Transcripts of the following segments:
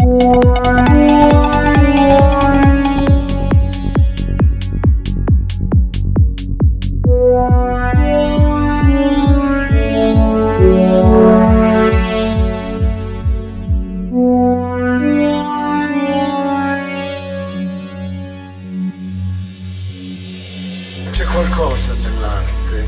C'è qualcosa nell'arte,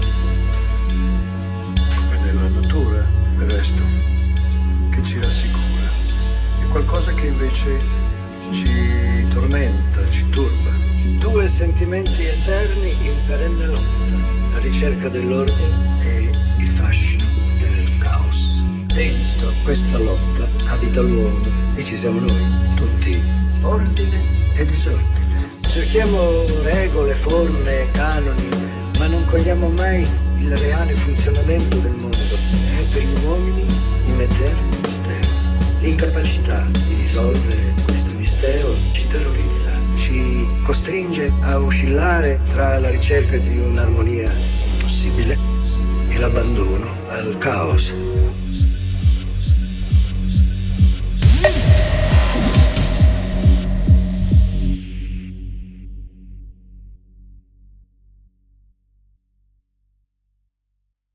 come nella natura del resto, che ci rassicura. È qualcosa che invece ci tormenta, ci turba. Due sentimenti eterni in perenne lotta, la ricerca dell'ordine e il fascino del caos. Dentro questa lotta abita l'uomo e ci siamo noi, tutti, ordine e disordine. Cerchiamo regole, forme, canoni, ma non cogliamo mai il reale funzionamento del mondo. È per gli uomini un eterno mistero. L'incapacità di risolvere questo mistero ci terrorizza, ci costringe a oscillare tra la ricerca di un'armonia impossibile e l'abbandono al caos.